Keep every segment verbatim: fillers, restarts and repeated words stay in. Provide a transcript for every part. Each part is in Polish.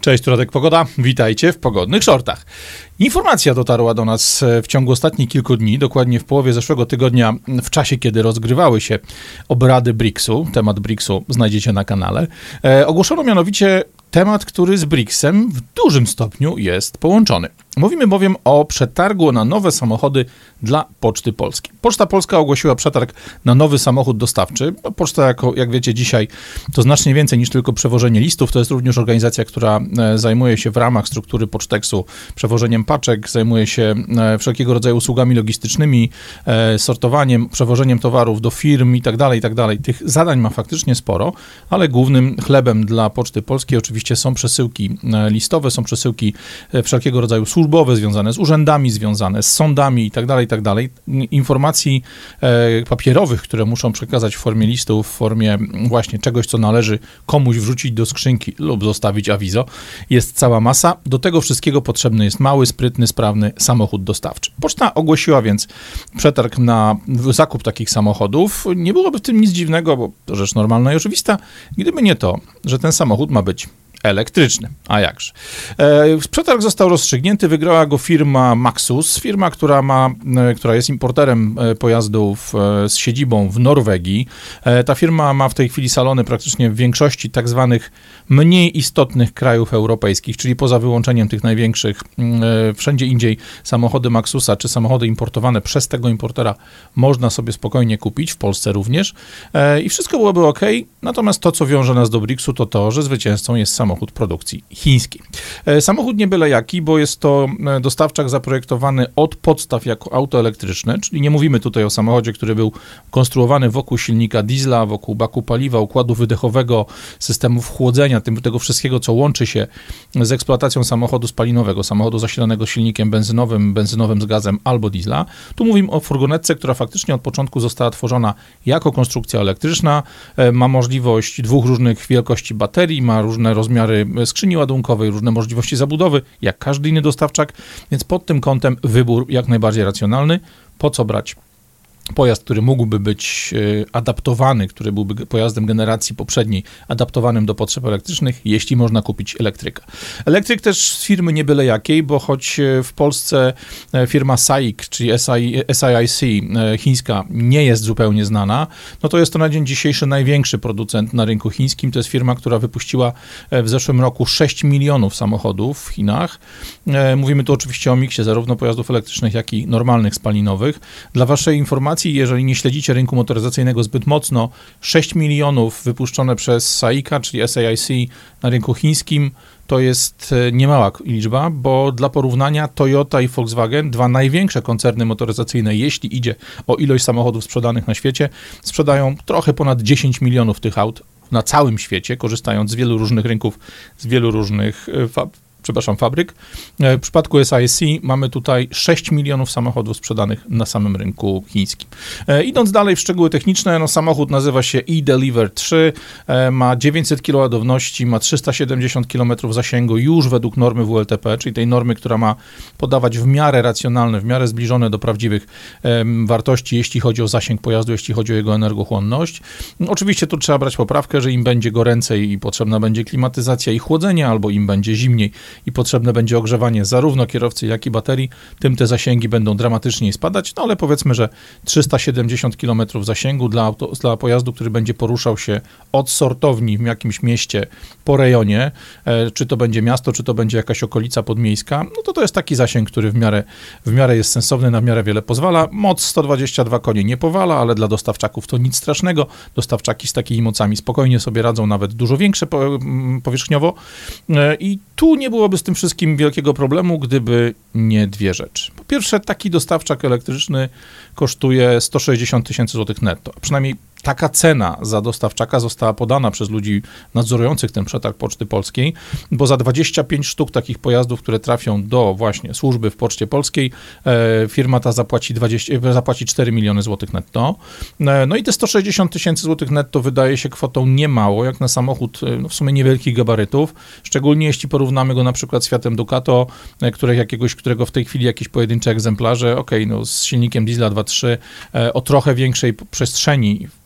Cześć, tu Radek Pogoda. Witajcie w Pogodnych Shortach. Informacja dotarła do nas w ciągu ostatnich kilku dni, dokładnie w połowie zeszłego tygodnia, w czasie, kiedy rozgrywały się obrady briksu. Temat briksu znajdziecie na kanale. E, ogłoszono mianowicie temat, który z briksem w dużym stopniu jest połączony. Mówimy bowiem o przetargu na nowe samochody dla Poczty Polskiej. Poczta Polska ogłosiła przetarg na nowy samochód dostawczy. Poczta, jako, jak wiecie, dzisiaj to znacznie więcej niż tylko przewożenie listów. To jest również organizacja, która zajmuje się w ramach struktury Poczteksu przewożeniem paczek, zajmuje się wszelkiego rodzaju usługami logistycznymi, sortowaniem, przewożeniem towarów do firm i tak dalej, i tak dalej. Tych zadań ma faktycznie sporo, ale głównym chlebem dla Poczty Polskiej oczywiście są przesyłki listowe, są przesyłki wszelkiego rodzaju służbowe, związane z urzędami, związane z sądami i tak dalej, i tak dalej. Informacji e, papierowych, które muszą przekazać w formie listów, w formie właśnie czegoś, co należy komuś wrzucić do skrzynki lub zostawić awizo, jest cała masa. Do tego wszystkiego potrzebny jest mały, sprytny, sprawny samochód dostawczy. Poczta ogłosiła więc przetarg na zakup takich samochodów. Nie byłoby w tym nic dziwnego, bo to rzecz normalna i oczywista, gdyby nie to, że ten samochód ma być elektryczny. A jakże. E, przetarg został rozstrzygnięty, wygrała go firma Maxus, firma, która ma, e, która jest importerem e, pojazdów e, z siedzibą w Norwegii. E, ta firma ma w tej chwili salony praktycznie w większości tak zwanych mniej istotnych krajów europejskich, czyli poza wyłączeniem tych największych, e, wszędzie indziej samochody Maxusa, czy samochody importowane przez tego importera można sobie spokojnie kupić, w Polsce również. E, I wszystko byłoby ok, natomiast to, co wiąże nas do briksu, to to, że zwycięzcą jest samochód samochód produkcji chińskiej. Samochód nie byle jaki, bo jest to dostawczak zaprojektowany od podstaw jako auto elektryczne, czyli nie mówimy tutaj o samochodzie, który był konstruowany wokół silnika diesla, wokół baku paliwa, układu wydechowego, systemów chłodzenia, tym, tego wszystkiego, co łączy się z eksploatacją samochodu spalinowego, samochodu zasilanego silnikiem benzynowym, benzynowym z gazem albo diesla. Tu mówimy o furgonetce, która faktycznie od początku została tworzona jako konstrukcja elektryczna, ma możliwość dwóch różnych wielkości baterii, ma różne rozmiary skrzyni ładunkowej, różne możliwości zabudowy, jak każdy inny dostawczak, więc pod tym kątem wybór jak najbardziej racjonalny. Po co brać pojazd, który mógłby być adaptowany, który byłby pojazdem generacji poprzedniej, adaptowanym do potrzeb elektrycznych, jeśli można kupić elektryka. Elektryk też z firmy nie byle jakiej, bo choć w Polsce firma SAIC, czyli S I C chińska, nie jest zupełnie znana, no to jest to na dzień dzisiejszy największy producent na rynku chińskim. To jest firma, która wypuściła w zeszłym roku sześć milionów samochodów w Chinach. Mówimy tu oczywiście o miksie zarówno pojazdów elektrycznych, jak i normalnych spalinowych. Dla waszej informacji, jeżeli nie śledzicie rynku motoryzacyjnego zbyt mocno, sześć milionów wypuszczone przez SAIC-a, czyli S I C na rynku chińskim, to jest niemała liczba, bo dla porównania Toyota i Volkswagen, dwa największe koncerny motoryzacyjne, jeśli idzie o ilość samochodów sprzedanych na świecie, sprzedają trochę ponad dziesięć milionów tych aut na całym świecie, korzystając z wielu różnych rynków, z wielu różnych fab przepraszam, fabryk. W przypadku S I C mamy tutaj sześć milionów samochodów sprzedanych na samym rynku chińskim. E, idąc dalej w szczegóły techniczne, no samochód nazywa się e-Deliver trzy, e, ma dziewięćset kilowatów ładowności, ma trzysta siedemdziesiąt kilometrów zasięgu już według normy W L T P, czyli tej normy, która ma podawać w miarę racjonalne, w miarę zbliżone do prawdziwych e, wartości, jeśli chodzi o zasięg pojazdu, jeśli chodzi o jego energochłonność. No, oczywiście tu trzeba brać poprawkę, że im będzie goręcej i potrzebna będzie klimatyzacja i chłodzenie, albo im będzie zimniej i potrzebne będzie ogrzewanie zarówno kierowcy, jak i baterii, tym te zasięgi będą dramatycznie spadać, no ale powiedzmy, że trzysta siedemdziesiąt kilometrów zasięgu dla, auto, dla pojazdu, który będzie poruszał się od sortowni w jakimś mieście po rejonie, e, czy to będzie miasto, czy to będzie jakaś okolica podmiejska, no to to jest taki zasięg, który w miarę, w miarę jest sensowny, na miarę wiele pozwala. Moc sto dwadzieścia dwa konie nie powala, ale dla dostawczaków to nic strasznego. Dostawczaki z takimi mocami spokojnie sobie radzą, nawet dużo większe po, powierzchniowo e, i tu nie byłoby z tym wszystkim wielkiego problemu, gdyby nie dwie rzeczy. Po pierwsze, taki dostawczak elektryczny kosztuje sto sześćdziesiąt tysięcy złotych netto, a przynajmniej taka cena za dostawczaka została podana przez ludzi nadzorujących ten przetarg Poczty Polskiej, bo za dwadzieścia pięć sztuk takich pojazdów, które trafią do właśnie służby w Poczcie Polskiej, e, firma ta zapłaci, dwadzieścia, zapłaci cztery miliony złotych netto. E, no i te sto sześćdziesiąt tysięcy złotych netto wydaje się kwotą niemało, jak na samochód no w sumie niewielkich gabarytów, szczególnie jeśli porównamy go na przykład z Fiatem Ducato, e, które jakiegoś, którego w tej chwili jakieś pojedyncze egzemplarze, okej, okay, no z silnikiem diesla dwa trzy, e, o trochę większej przestrzeni w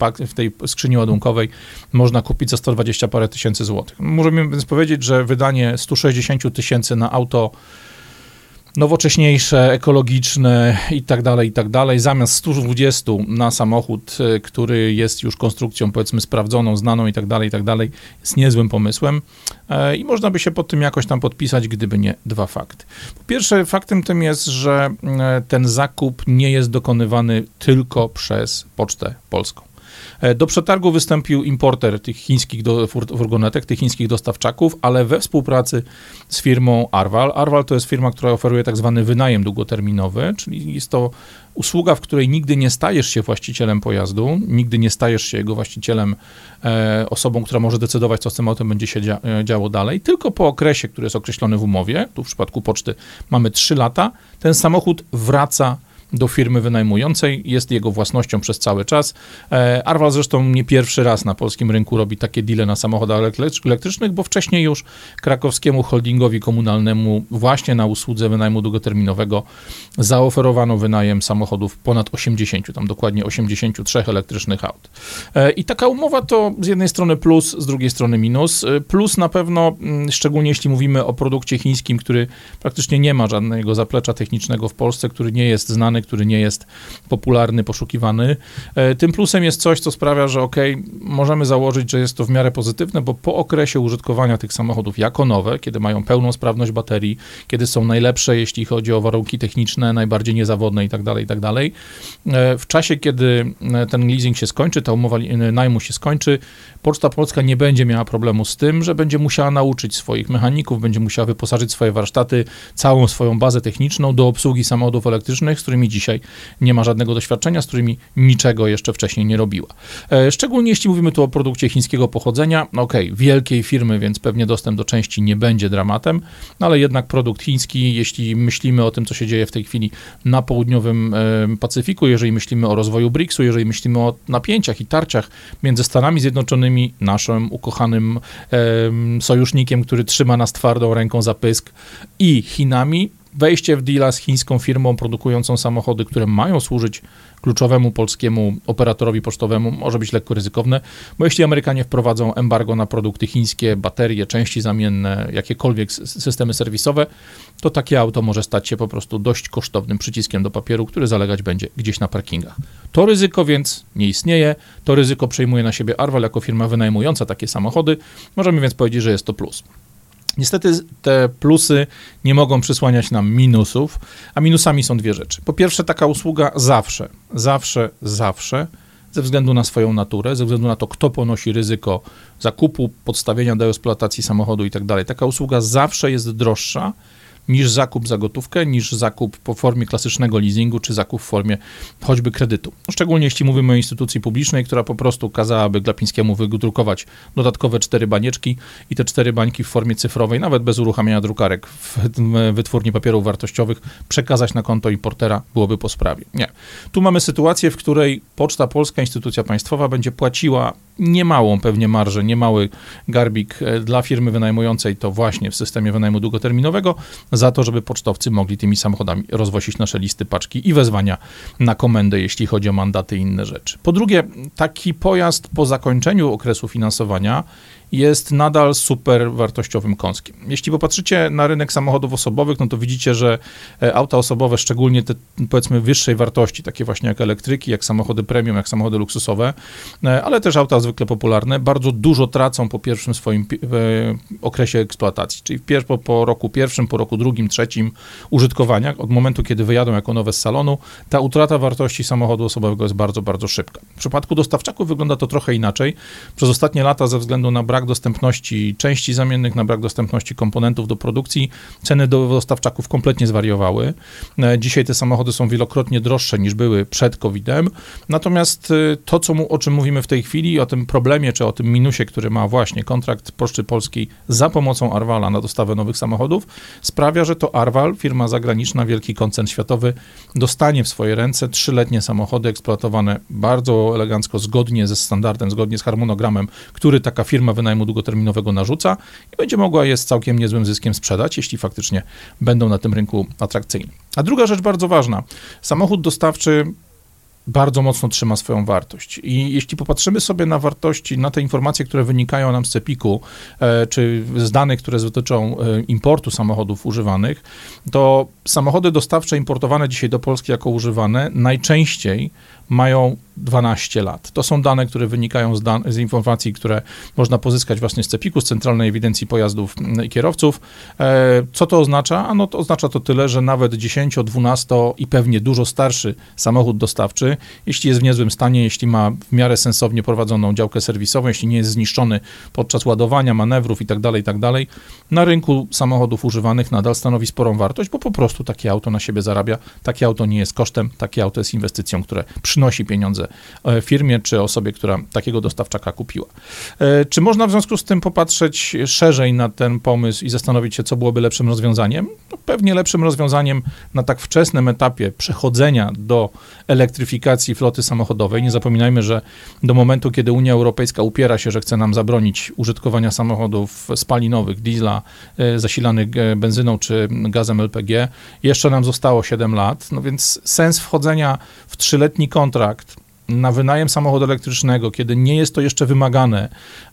pak, w tej skrzyni ładunkowej można kupić za sto dwadzieścia parę tysięcy złotych. Możemy więc powiedzieć, że wydanie sto sześćdziesiąt tysięcy na auto nowocześniejsze, ekologiczne i tak dalej, i tak dalej, zamiast sto dwadzieścia na samochód, który jest już konstrukcją, powiedzmy, sprawdzoną, znaną i tak dalej, i tak dalej, jest niezłym pomysłem i można by się pod tym jakoś tam podpisać, gdyby nie dwa fakty. Po pierwsze, faktem tym jest, że ten zakup nie jest dokonywany tylko przez Pocztę Polską. Do przetargu wystąpił importer tych chińskich do, furgonetek, tych chińskich dostawczaków, ale we współpracy z firmą Arval. Arval to jest firma, która oferuje tak zwany wynajem długoterminowy, czyli jest to usługa, w której nigdy nie stajesz się właścicielem pojazdu, nigdy nie stajesz się jego właścicielem, e, osobą, która może decydować, co z tym autem będzie się dzia działo dalej, tylko po okresie, który jest określony w umowie, tu w przypadku poczty mamy trzy lata, ten samochód wraca do firmy wynajmującej, jest jego własnością przez cały czas. Arval zresztą nie pierwszy raz na polskim rynku robi takie deale na samochodach elektrycznych, bo wcześniej już krakowskiemu holdingowi komunalnemu właśnie na usłudze wynajmu długoterminowego zaoferowano wynajem samochodów ponad osiemdziesięciu, tam dokładnie osiemdziesięciu trzech elektrycznych aut. I taka umowa to z jednej strony plus, z drugiej strony minus. Plus na pewno, szczególnie jeśli mówimy o produkcie chińskim, który praktycznie nie ma żadnego zaplecza technicznego w Polsce, który nie jest znany, który nie jest popularny, poszukiwany. Tym plusem jest coś, co sprawia, że ok, możemy założyć, że jest to w miarę pozytywne, bo po okresie użytkowania tych samochodów jako nowe, kiedy mają pełną sprawność baterii, kiedy są najlepsze, jeśli chodzi o warunki techniczne, najbardziej niezawodne i tak dalej, i tak dalej. W czasie, kiedy ten leasing się skończy, ta umowa najmu się skończy, Poczta Polska nie będzie miała problemu z tym, że będzie musiała nauczyć swoich mechaników, będzie musiała wyposażyć swoje warsztaty, całą swoją bazę techniczną do obsługi samochodów elektrycznych, z którymi dzisiaj nie ma żadnego doświadczenia, z którymi niczego jeszcze wcześniej nie robiła. Szczególnie jeśli mówimy tu o produkcie chińskiego pochodzenia, no okej, okay, wielkiej firmy, więc pewnie dostęp do części nie będzie dramatem, no ale jednak produkt chiński, jeśli myślimy o tym, co się dzieje w tej chwili na południowym Pacyfiku, jeżeli myślimy o rozwoju briksu, jeżeli myślimy o napięciach i tarciach między Stanami Zjednoczonymi, naszym ukochanym e, sojusznikiem, który trzyma nas twardą ręką za pysk, i Chinami, wejście w deala z chińską firmą produkującą samochody, które mają służyć kluczowemu polskiemu operatorowi pocztowemu, może być lekko ryzykowne, bo jeśli Amerykanie wprowadzą embargo na produkty chińskie, baterie, części zamienne, jakiekolwiek systemy serwisowe, to takie auto może stać się po prostu dość kosztownym przyciskiem do papieru, który zalegać będzie gdzieś na parkingach. To ryzyko więc nie istnieje, to ryzyko przejmuje na siebie Arval jako firma wynajmująca takie samochody, możemy więc powiedzieć, że jest to plus. Niestety te plusy nie mogą przysłaniać nam minusów, a minusami są dwie rzeczy. Po pierwsze, taka usługa zawsze, zawsze, zawsze, ze względu na swoją naturę, ze względu na to, kto ponosi ryzyko zakupu, podstawienia do eksploatacji samochodu i tak dalej, taka usługa zawsze jest droższa niż zakup za gotówkę, niż zakup po formie klasycznego leasingu, czy zakup w formie choćby kredytu. Szczególnie jeśli mówimy o instytucji publicznej, która po prostu kazałaby Glapińskiemu wydrukować dodatkowe cztery banieczki i te cztery bańki w formie cyfrowej, nawet bez uruchamiania drukarek w wytwórni papierów wartościowych, przekazać na konto importera, byłoby po sprawie. Nie. Tu mamy sytuację, w której Poczta Polska, instytucja państwowa, będzie płaciła niemałą pewnie marżę, niemały garbik dla firmy wynajmującej to właśnie w systemie wynajmu długoterminowego, za to, żeby pocztowcy mogli tymi samochodami rozwozić nasze listy, paczki i wezwania na komendę, jeśli chodzi o mandaty i inne rzeczy. Po drugie, taki pojazd po zakończeniu okresu finansowania jest nadal super wartościowym kąskiem. Jeśli popatrzycie na rynek samochodów osobowych, no to widzicie, że auta osobowe, szczególnie te, powiedzmy, wyższej wartości, takie właśnie jak elektryki, jak samochody premium, jak samochody luksusowe, ale też auta zwykle popularne, bardzo dużo tracą po pierwszym swoim okresie eksploatacji, czyli po, po roku pierwszym, po roku drugim, trzecim użytkowania, od momentu, kiedy wyjadą jako nowe z salonu, ta utrata wartości samochodu osobowego jest bardzo, bardzo szybka. W przypadku dostawczaków wygląda to trochę inaczej. Przez ostatnie lata ze względu na brak dostępności części zamiennych, na brak dostępności komponentów do produkcji, ceny do dostawczaków kompletnie zwariowały. Dzisiaj te samochody są wielokrotnie droższe niż były przed kowidem, natomiast to, co mu, o czym mówimy w tej chwili, o tym problemie, czy o tym minusie, który ma właśnie kontrakt Poczty Polskiej za pomocą Arvala na dostawę nowych samochodów, sprawia, że to Arval, firma zagraniczna, wielki koncern światowy, dostanie w swoje ręce trzyletnie samochody eksploatowane bardzo elegancko, zgodnie ze standardem, zgodnie z harmonogramem, który taka firma wynajmu długoterminowego narzuca i będzie mogła je z całkiem niezłym zyskiem sprzedać, jeśli faktycznie będą na tym rynku atrakcyjni. A druga rzecz bardzo ważna. Samochód dostawczy bardzo mocno trzyma swoją wartość. I jeśli popatrzymy sobie na wartości, na te informacje, które wynikają nam z cepiku, e, czy z danych, które dotyczą e, importu samochodów używanych, to samochody dostawcze importowane dzisiaj do Polski jako używane najczęściej mają dwanaście lat. To są dane, które wynikają z, dan- z informacji, które można pozyskać właśnie z cepiku, z Centralnej Ewidencji Pojazdów i Kierowców. E, co to oznacza? Ano to oznacza to tyle, że nawet dziesięcio, dwunasto i pewnie dużo starszy samochód dostawczy, jeśli jest w niezłym stanie, jeśli ma w miarę sensownie prowadzoną działkę serwisową, jeśli nie jest zniszczony podczas ładowania, manewrów i tak dalej, i tak dalej, na rynku samochodów używanych nadal stanowi sporą wartość, bo po prostu takie auto na siebie zarabia. Takie auto nie jest kosztem, takie auto jest inwestycją, które przynosi pieniądze firmie czy osobie, która takiego dostawczaka kupiła. Czy można w związku z tym popatrzeć szerzej na ten pomysł i zastanowić się, co byłoby lepszym rozwiązaniem? No, pewnie lepszym rozwiązaniem na tak wczesnym etapie przechodzenia do elektryfikacji floty samochodowej. Nie zapominajmy, że do momentu, kiedy Unia Europejska upiera się, że chce nam zabronić użytkowania samochodów spalinowych, diesla zasilanych benzyną czy gazem L P G, jeszcze nam zostało siedem lat, no więc sens wchodzenia w trzyletni kontrakt na wynajem samochodu elektrycznego, kiedy nie jest to jeszcze wymagane,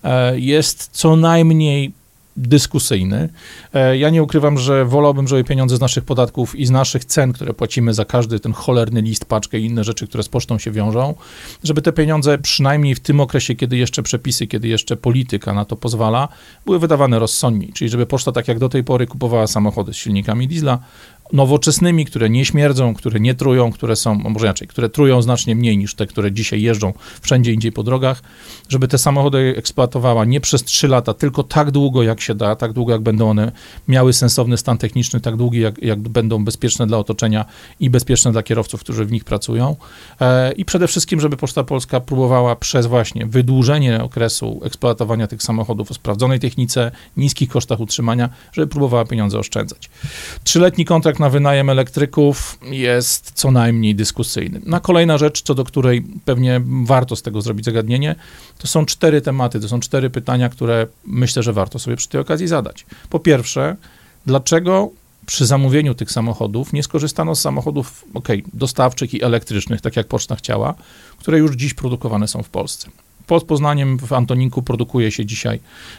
jest co najmniej dyskusyjny. Ja nie ukrywam, że wolałbym, żeby pieniądze z naszych podatków i z naszych cen, które płacimy za każdy ten cholerny list, paczkę i inne rzeczy, które z pocztą się wiążą, żeby te pieniądze przynajmniej w tym okresie, kiedy jeszcze przepisy, kiedy jeszcze polityka na to pozwala, były wydawane rozsądniej. Czyli żeby poczta tak jak do tej pory kupowała samochody z silnikami diesla, nowoczesnymi, które nie śmierdzą, które nie trują, które są, może inaczej, które trują znacznie mniej niż te, które dzisiaj jeżdżą wszędzie indziej po drogach, żeby te samochody eksploatowała nie przez trzy lata, tylko tak długo, jak się da, tak długo, jak będą one miały sensowny stan techniczny, tak długi, jak, jak będą bezpieczne dla otoczenia i bezpieczne dla kierowców, którzy w nich pracują. E, I przede wszystkim, żeby Poczta Polska próbowała przez właśnie wydłużenie okresu eksploatowania tych samochodów o sprawdzonej technice, niskich kosztach utrzymania, żeby próbowała pieniądze oszczędzać. Trzyletni kontrakt na wynajem elektryków jest co najmniej dyskusyjny. Na kolejna rzecz, co do której pewnie warto z tego zrobić zagadnienie, to są cztery tematy, to są cztery pytania, które myślę, że warto sobie przy tej okazji zadać. Po pierwsze, dlaczego przy zamówieniu tych samochodów nie skorzystano z samochodów, okej, dostawczych i elektrycznych, tak jak Poczta chciała, które już dziś produkowane są w Polsce? Pod Poznaniem w Antoninku produkuje się dzisiaj,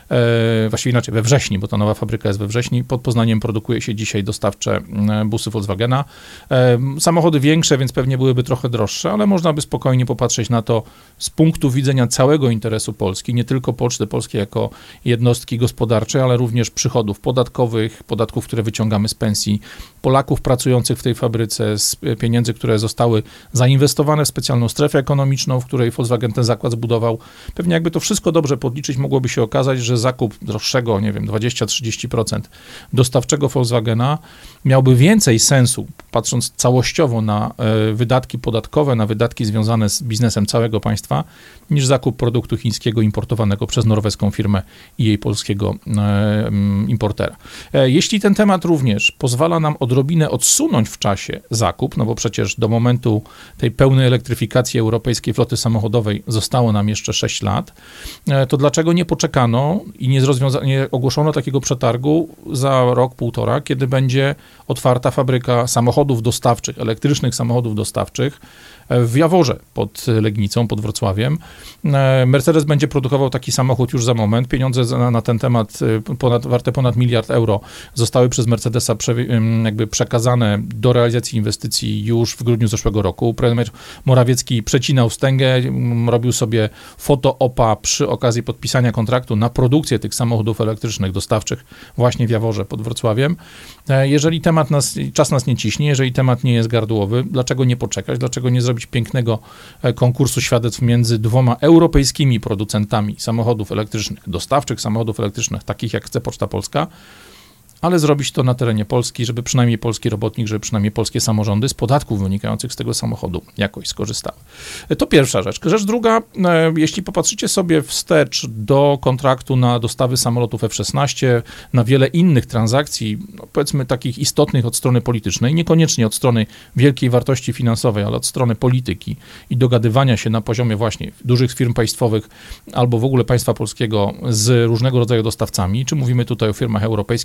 e, właściwie inaczej, we Wrześni, bo ta nowa fabryka jest we Wrześni, pod Poznaniem produkuje się dzisiaj dostawcze e, busy Volkswagena. E, samochody większe, więc pewnie byłyby trochę droższe, ale można by spokojnie popatrzeć na to z punktu widzenia całego interesu Polski, nie tylko Poczty Polskiej jako jednostki gospodarczej, ale również przychodów podatkowych, podatków, które wyciągamy z pensji, Polaków pracujących w tej fabryce, z pieniędzy, które zostały zainwestowane w specjalną strefę ekonomiczną, w której Volkswagen ten zakład zbudował. Pewnie jakby to wszystko dobrze podliczyć, mogłoby się okazać, że zakup droższego, nie wiem, dwadzieścia do trzydziestu procent dostawczego Volkswagena miałby więcej sensu, patrząc całościowo na y, wydatki podatkowe, na wydatki związane z biznesem całego państwa, niż zakup produktu chińskiego importowanego przez norweską firmę i jej polskiego y, importera. E, jeśli ten temat również pozwala nam odrobinę odsunąć w czasie zakup, no bo przecież do momentu tej pełnej elektryfikacji europejskiej floty samochodowej zostało nam jeszcze sześć lat, to dlaczego nie poczekano i nie, zrozwiąza- nie ogłoszono takiego przetargu za rok, półtora, kiedy będzie otwarta fabryka samochodów dostawczych, elektrycznych samochodów dostawczych w Jaworze pod Legnicą, pod Wrocławiem. Mercedes będzie produkował taki samochód już za moment. Pieniądze na, na ten temat ponad, warte ponad miliard euro zostały przez Mercedesa prze, jakby przekazane do realizacji inwestycji już w grudniu zeszłego roku. Premier Morawiecki przecinał wstęgę, robił sobie foto opa przy okazji podpisania kontraktu na produkcję tych samochodów elektrycznych dostawczych właśnie w Jaworze pod Wrocławiem. Jeżeli temat nas, czas nas nie ciśnie, jeżeli temat nie jest gardłowy, dlaczego nie poczekać, dlaczego nie zrobić pięknego konkursu świadectw między dwoma europejskimi producentami samochodów elektrycznych, dostawczych samochodów elektrycznych, takich jak chce Poczta Polska, ale zrobić to na terenie Polski, żeby przynajmniej polski robotnik, żeby przynajmniej polskie samorządy z podatków wynikających z tego samochodu jakoś skorzystały. To pierwsza rzecz. Rzecz druga, jeśli popatrzycie sobie wstecz do kontraktu na dostawy samolotów F szesnaście, na wiele innych transakcji, no powiedzmy takich istotnych od strony politycznej, niekoniecznie od strony wielkiej wartości finansowej, ale od strony polityki i dogadywania się na poziomie właśnie dużych firm państwowych albo w ogóle państwa polskiego z różnego rodzaju dostawcami, czy mówimy tutaj o firmach europejskich, czy firmach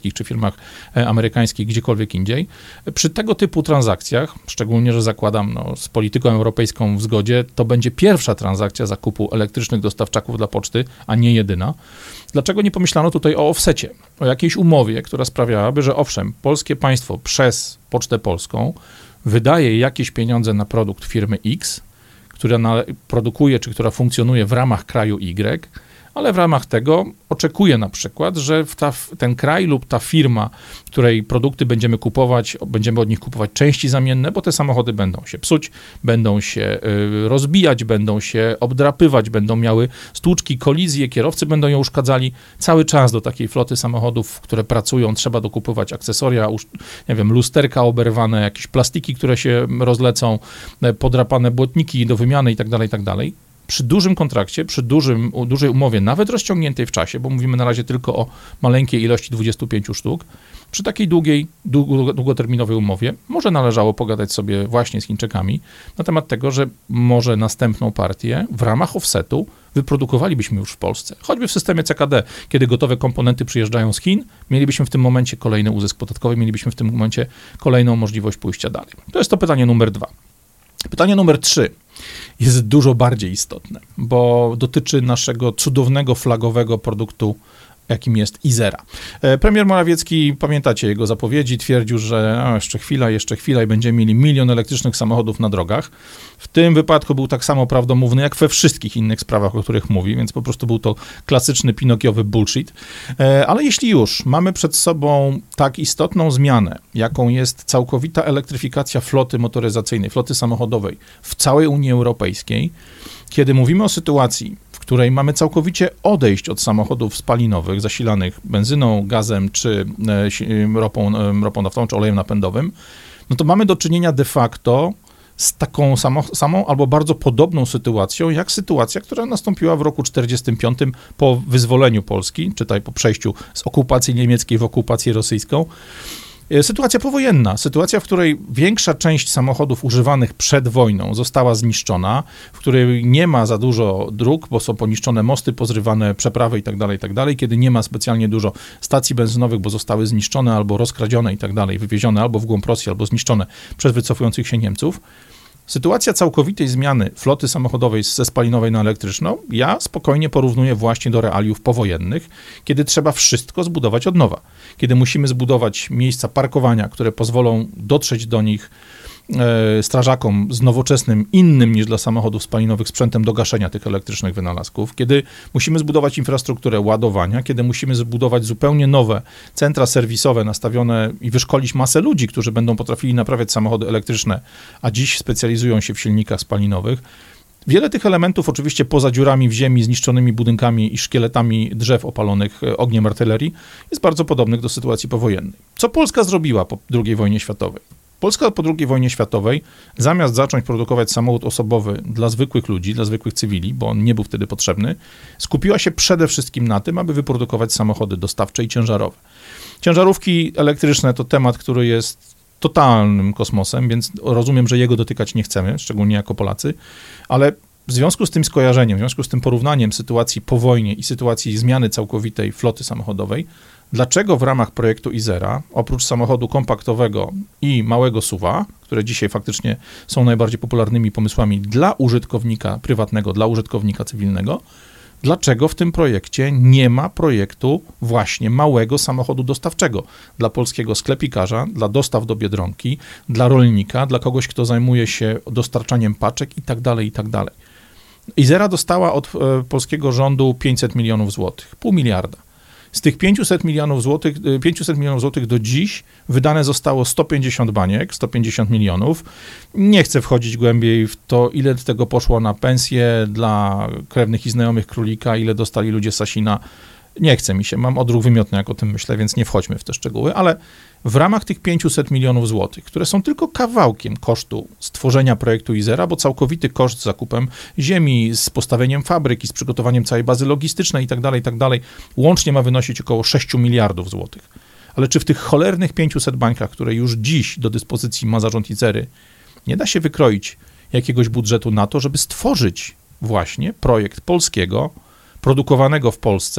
firmach amerykańskich, gdziekolwiek indziej. Przy tego typu transakcjach, szczególnie, że zakładam no, z polityką europejską w zgodzie, to będzie pierwsza transakcja zakupu elektrycznych dostawczaków dla poczty, a nie jedyna. Dlaczego nie pomyślano tutaj o offsecie, o jakiejś umowie, która sprawiałaby, że owszem, polskie państwo przez Pocztę Polską wydaje jakieś pieniądze na produkt firmy X, która na, produkuje, czy która funkcjonuje w ramach kraju Y, ale w ramach tego oczekuje na przykład, że w ta, ten kraj lub ta firma, której produkty będziemy kupować, będziemy od nich kupować części zamienne, bo te samochody będą się psuć, będą się y, rozbijać, będą się obdrapywać, będą miały stłuczki, kolizje, kierowcy będą je uszkadzali. Cały czas do takiej floty samochodów, które pracują, trzeba dokupować akcesoria, nie wiem, lusterka oberwane, jakieś plastiki, które się rozlecą, podrapane błotniki do wymiany i tak dalej, i tak dalej. Przy dużym kontrakcie, przy dużym, dużej umowie, nawet rozciągniętej w czasie, bo mówimy na razie tylko o maleńkiej ilości dwudziestu pięciu sztuk, przy takiej długiej, długo, długoterminowej umowie może należało pogadać sobie właśnie z Chińczykami na temat tego, że może następną partię w ramach offsetu wyprodukowalibyśmy już w Polsce. Choćby w systemie C K D, kiedy gotowe komponenty przyjeżdżają z Chin, mielibyśmy w tym momencie kolejny uzysk podatkowy, mielibyśmy w tym momencie kolejną możliwość pójścia dalej. To jest to pytanie numer dwa. Pytanie numer trzy jest dużo bardziej istotne, bo dotyczy naszego cudownego, flagowego produktu, jakim jest Izera. Premier Morawiecki, pamiętacie jego zapowiedzi, twierdził, że o, jeszcze chwila, jeszcze chwila i będziemy mieli milion elektrycznych samochodów na drogach. W tym wypadku był tak samo prawdomówny, jak we wszystkich innych sprawach, o których mówi, więc po prostu był to klasyczny pinokiowy bullshit. Ale jeśli już mamy przed sobą tak istotną zmianę, jaką jest całkowita elektryfikacja floty motoryzacyjnej, floty samochodowej w całej Unii Europejskiej, kiedy mówimy o sytuacji, w której mamy całkowicie odejść od samochodów spalinowych zasilanych benzyną, gazem czy ropą, ropą naftową czy olejem napędowym, no to mamy do czynienia de facto z taką samą, samą albo bardzo podobną sytuacją, jak sytuacja, która nastąpiła w roku czterdziestym piątym po wyzwoleniu Polski, czytaj po przejściu z okupacji niemieckiej w okupację rosyjską. Sytuacja powojenna, sytuacja, w której większa część samochodów używanych przed wojną została zniszczona, w której nie ma za dużo dróg, bo są poniszczone mosty, pozrywane przeprawy itd., itd., kiedy nie ma specjalnie dużo stacji benzynowych, bo zostały zniszczone albo rozkradzione itd., wywiezione albo w głąb Rosji, albo zniszczone przez wycofujących się Niemców. Sytuacja całkowitej zmiany floty samochodowej ze spalinowej na elektryczną, ja spokojnie porównuję właśnie do realiów powojennych, kiedy trzeba wszystko zbudować od nowa. Kiedy musimy zbudować miejsca parkowania, które pozwolą dotrzeć do nich e, strażakom z nowoczesnym, innym niż dla samochodów spalinowych sprzętem do gaszenia tych elektrycznych wynalazków, kiedy musimy zbudować infrastrukturę ładowania, kiedy musimy zbudować zupełnie nowe centra serwisowe nastawione i wyszkolić masę ludzi, którzy będą potrafili naprawiać samochody elektryczne, a dziś specjalizują się w silnikach spalinowych. Wiele tych elementów, oczywiście poza dziurami w ziemi, zniszczonymi budynkami i szkieletami drzew opalonych ogniem artylerii, jest bardzo podobnych do sytuacji powojennej. Co Polska zrobiła po drugiej wojnie światowej? Polska po drugiej wojnie światowej, zamiast zacząć produkować samochód osobowy dla zwykłych ludzi, dla zwykłych cywili, bo on nie był wtedy potrzebny, skupiła się przede wszystkim na tym, aby wyprodukować samochody dostawcze i ciężarowe. Ciężarówki elektryczne to temat, który jest totalnym kosmosem, więc rozumiem, że jego dotykać nie chcemy, szczególnie jako Polacy, ale w związku z tym skojarzeniem, w związku z tym porównaniem sytuacji po wojnie i sytuacji zmiany całkowitej floty samochodowej, dlaczego w ramach projektu Izera, oprócz samochodu kompaktowego i małego S U V-a, które dzisiaj faktycznie są najbardziej popularnymi pomysłami dla użytkownika prywatnego, dla użytkownika cywilnego, dlaczego w tym projekcie nie ma projektu właśnie małego samochodu dostawczego dla polskiego sklepikarza, dla dostaw do Biedronki, dla rolnika, dla kogoś, kto zajmuje się dostarczaniem paczek i tak dalej, i tak dalej. Izera dostała od e, polskiego rządu pięćset milionów złotych, pół miliarda. Z tych pięćset milionów złotych, pięćset milionów złotych do dziś wydane zostało sto pięćdziesiąt baniek, sto pięćdziesiąt milionów. Nie chcę wchodzić głębiej w to, ile z tego poszło na pensje dla krewnych i znajomych królika, ile dostali ludzie Sasina. Nie chce mi się, mam odruch wymiotny, jak o tym myślę, więc nie wchodźmy w te szczegóły, ale w ramach tych pięćset milionów złotych, które są tylko kawałkiem kosztu stworzenia projektu Izera, bo całkowity koszt z zakupem ziemi, z postawieniem fabryki, z przygotowaniem całej bazy logistycznej i tak dalej, i tak dalej, łącznie ma wynosić około sześć miliardów złotych. Ale czy w tych cholernych pięciuset bańkach, które już dziś do dyspozycji ma zarząd Izery, nie da się wykroić jakiegoś budżetu na to, żeby stworzyć właśnie projekt polskiego, produkowanego w Polsce,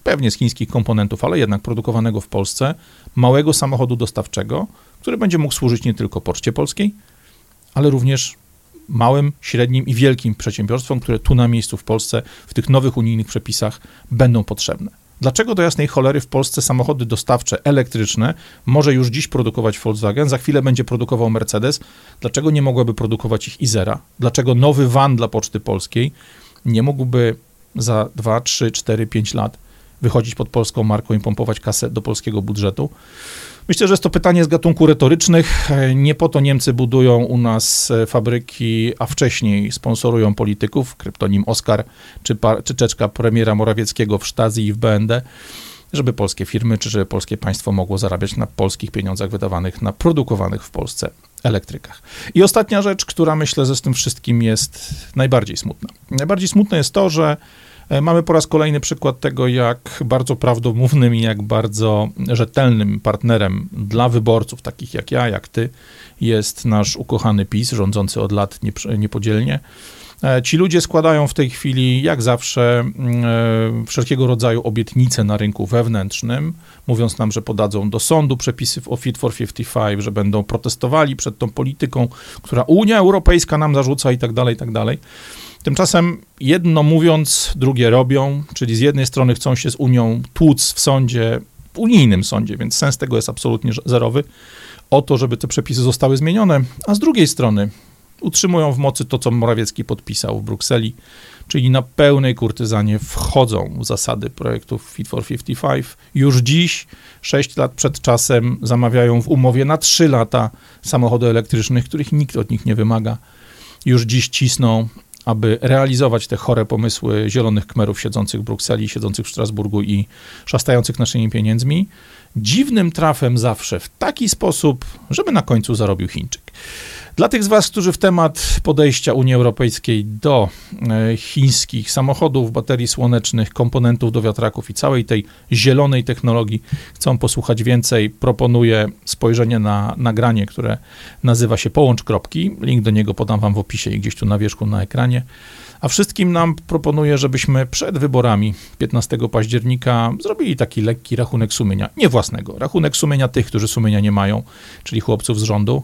pewnie z chińskich komponentów, ale jednak produkowanego w Polsce, małego samochodu dostawczego, który będzie mógł służyć nie tylko Poczcie Polskiej, ale również małym, średnim i wielkim przedsiębiorstwom, które tu na miejscu w Polsce w tych nowych unijnych przepisach będą potrzebne. Dlaczego do jasnej cholery w Polsce samochody dostawcze elektryczne może już dziś produkować Volkswagen, za chwilę będzie produkował Mercedes? Dlaczego nie mogłaby produkować ich Izera? Dlaczego nowy van dla Poczty Polskiej nie mógłby za dwa, trzy, cztery, pięć lat wychodzić pod polską marką i pompować kasę do polskiego budżetu? Myślę, że jest to pytanie z gatunku retorycznych. Nie po to Niemcy budują u nas fabryki, a wcześniej sponsorują polityków, kryptonim Oskar, czy, par, czy czeczka premiera Morawieckiego w Stasi i w B N D, żeby polskie firmy, czy żeby polskie państwo mogło zarabiać na polskich pieniądzach wydawanych na produkowanych w Polsce elektrykach. I ostatnia rzecz, która myślę, że z tym wszystkim jest najbardziej smutna. Najbardziej smutne jest to, że mamy po raz kolejny przykład tego, jak bardzo prawdomównym i jak bardzo rzetelnym partnerem dla wyborców, takich jak ja, jak ty, jest nasz ukochany PiS, rządzący od lat niepodzielnie. Ci ludzie składają w tej chwili, jak zawsze, wszelkiego rodzaju obietnice na rynku wewnętrznym, mówiąc nam, że podadzą do sądu przepisy o Fit for pięćdziesiąt pięć, że będą protestowali przed tą polityką, która Unia Europejska nam zarzuca i tak dalej, i tak dalej. Tymczasem jedno mówiąc, drugie robią, czyli z jednej strony chcą się z Unią tłuc w sądzie, w unijnym sądzie, więc sens tego jest absolutnie zerowy, o to, żeby te przepisy zostały zmienione, a z drugiej strony utrzymują w mocy to, co Morawiecki podpisał w Brukseli, czyli na pełnej kurtyzanie wchodzą w zasady projektów Fit for pięćdziesiąt pięć. Już dziś, sześć lat przed czasem, zamawiają w umowie na trzy lata samochody elektrycznych, których nikt od nich nie wymaga. Już dziś cisną, aby realizować te chore pomysły zielonych kmerów siedzących w Brukseli, siedzących w Strasburgu i szastających naszymi pieniędzmi. Dziwnym trafem zawsze w taki sposób, żeby na końcu zarobił Chińczyk. Dla tych z was, którzy w temat podejścia Unii Europejskiej do e, chińskich samochodów, baterii słonecznych, komponentów do wiatraków i całej tej zielonej technologii chcą posłuchać więcej, proponuję spojrzenie na nagranie, które nazywa się Połącz kropki. Link do niego podam wam w opisie i gdzieś tu na wierzchu na ekranie. A wszystkim nam proponuję, żebyśmy przed wyborami piętnastego października zrobili taki lekki rachunek sumienia. Nie własnego, rachunek sumienia tych, którzy sumienia nie mają, czyli chłopców z rządu.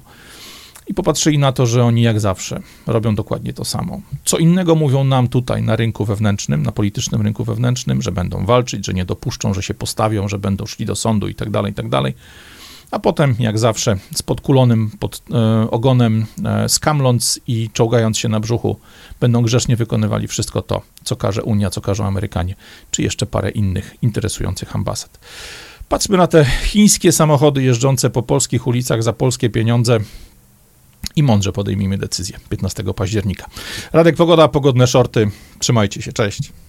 I popatrzyli na to, że oni jak zawsze robią dokładnie to samo. Co innego mówią nam tutaj na rynku wewnętrznym, na politycznym rynku wewnętrznym, że będą walczyć, że nie dopuszczą, że się postawią, że będą szli do sądu i tak dalej, i tak dalej. A potem, jak zawsze, z podkulonym pod, e, ogonem, e, skamląc i czołgając się na brzuchu, będą grzecznie wykonywali wszystko to, co każe Unia, co każą Amerykanie, czy jeszcze parę innych interesujących ambasad. Patrzmy na te chińskie samochody jeżdżące po polskich ulicach za polskie pieniądze i mądrze podejmijmy decyzję piętnastego października. Radek Pogoda, pogodne shorty. Trzymajcie się, cześć.